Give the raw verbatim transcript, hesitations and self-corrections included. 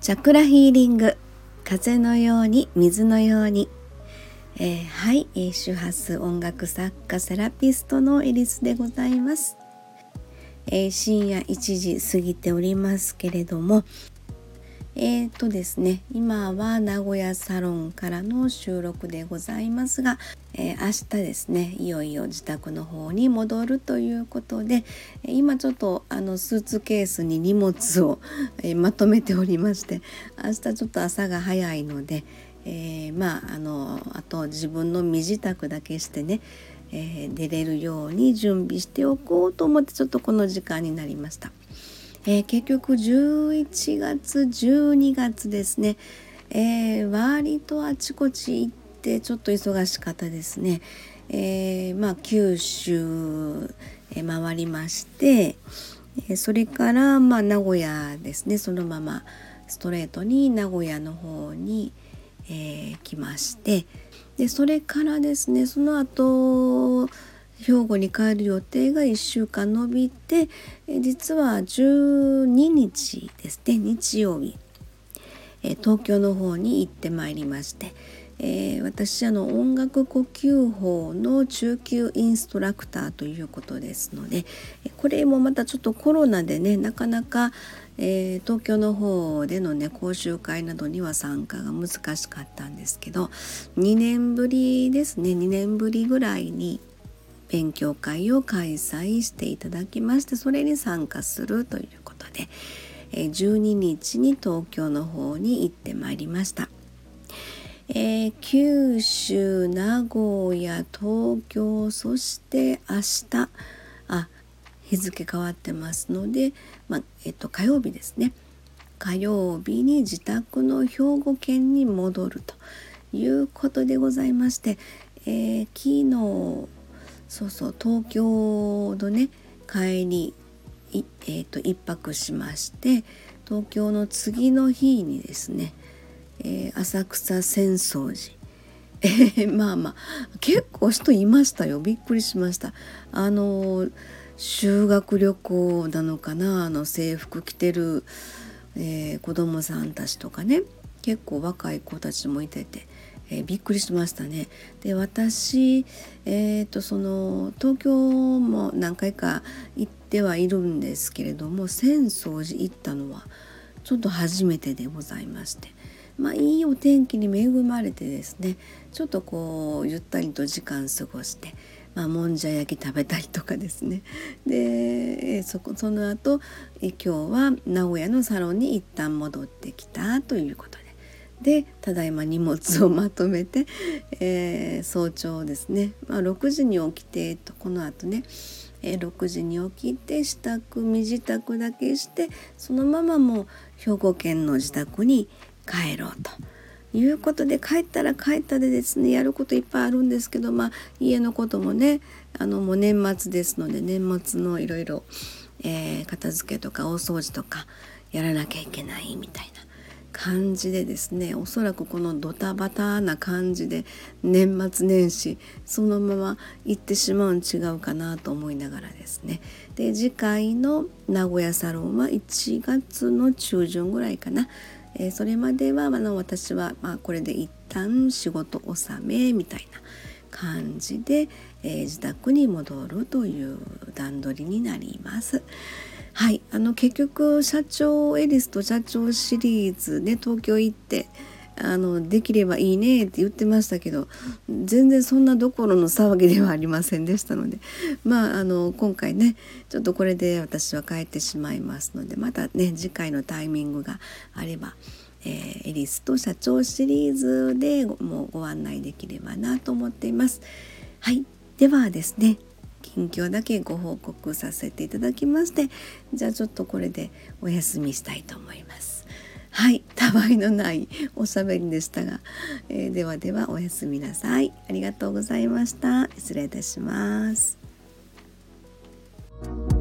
チャクラヒーリング、風のように水のように、えー、はい、えー、周波数音楽作家セラピストのエリスでございます。えー、深夜いちじ過ぎておりますけれども、えーとですね、今は名古屋サロンからの収録でございますが、えー、明日ですね、いよいよ自宅の方に戻るということで、今ちょっとあのスーツケースに荷物を、えー、まとめておりまして、明日ちょっと朝が早いので、えー、まああのあと自分の身支度だけしてね、えー、出れるように準備しておこうと思ってちょっとこの時間になりました。えー、結局じゅういちがつじゅうにがつですね、えー、割とあちこち行ってちょっと忙しかったですね。えー、まあ九州、えー、回りまして、えー、それからまあ名古屋ですね、そのままストレートに名古屋の方に、えー、来まして、でそれからですね、その後兵庫に帰る予定がいっしゅうかん延びて、実はじゅうににちですね、日曜日、東京の方に行ってまいりまして、えー、私あの音楽呼吸法の中級インストラクターということですので、これもまたちょっとコロナでね、なかなか、えー、東京の方でのね講習会などには参加が難しかったんですけど、にねんぶりですね、にねんぶりぐらいに勉強会を開催していただきまして、それに参加するということで、じゅうににちに東京の方に行ってまいりました。えー、九州、名古屋、東京、そして明日、あ、日付変わってますので、まあえっと、火曜日ですね。火曜日に自宅の兵庫県に戻るということでございまして、えー、昨日そうそう東京のね帰り、えー、と一泊しまして、東京の次の日にですね、えー、浅草浅草寺、えー、まあまあ結構人いましたよ。びっくりしました。あの修学旅行なのかな、あの制服着てる、えー、子供さんたちとかね、結構若い子たちもいてて、えー、びっくりしましたね。で私、えー、とその東京も何回か行ってはいるんですけれども、浅草寺行ったのはちょっと初めてでございまして、まあいいお天気に恵まれてですね、ちょっとこうゆったりと時間過ごして、まあ、もんじゃ焼き食べたりとかですね。でそこその後今日は名古屋のサロンに一旦戻ってきたということで、でただいま荷物をまとめて、えー、早朝ですね、まあ、ろくじに起きてとこの後ね、えー、ろくじに起きて支度身支度だけして、そのままもう兵庫県の自宅に帰ろうということで、帰ったら帰ったでですね、やることいっぱいあるんですけど、まあ家のこともね、あのもう年末ですので、年末のいろいろ片付けとか大掃除とかやらなきゃいけないみたいな感じでですね、おそらくこのドタバタな感じで年末年始そのまま行ってしまうん違うかなと思いながらですね、で次回の名古屋サロンはいちがつの中旬ぐらいかな。えー、それまではあの私は、まあ、これで一旦仕事納めみたいな感じで、えー、自宅に戻るという段取りになります。はい、あの結局社長エリスと社長シリーズね、東京行ってあのできればいいねって言ってましたけど、全然そんなどころの騒ぎではありませんでしたので、まああの今回ねちょっとこれで私は帰ってしまいますので、またね次回のタイミングがあれば、えー、エリスと社長シリーズでもうご案内できればなと思っています。はい、ではですね、近況だけご報告させていただきまして、じゃあちょっとこれでお休みしたいと思います。はい、たわいのないおしゃべりでしたが、えー、ではではおやすみなさい。ありがとうございました。失礼いたします。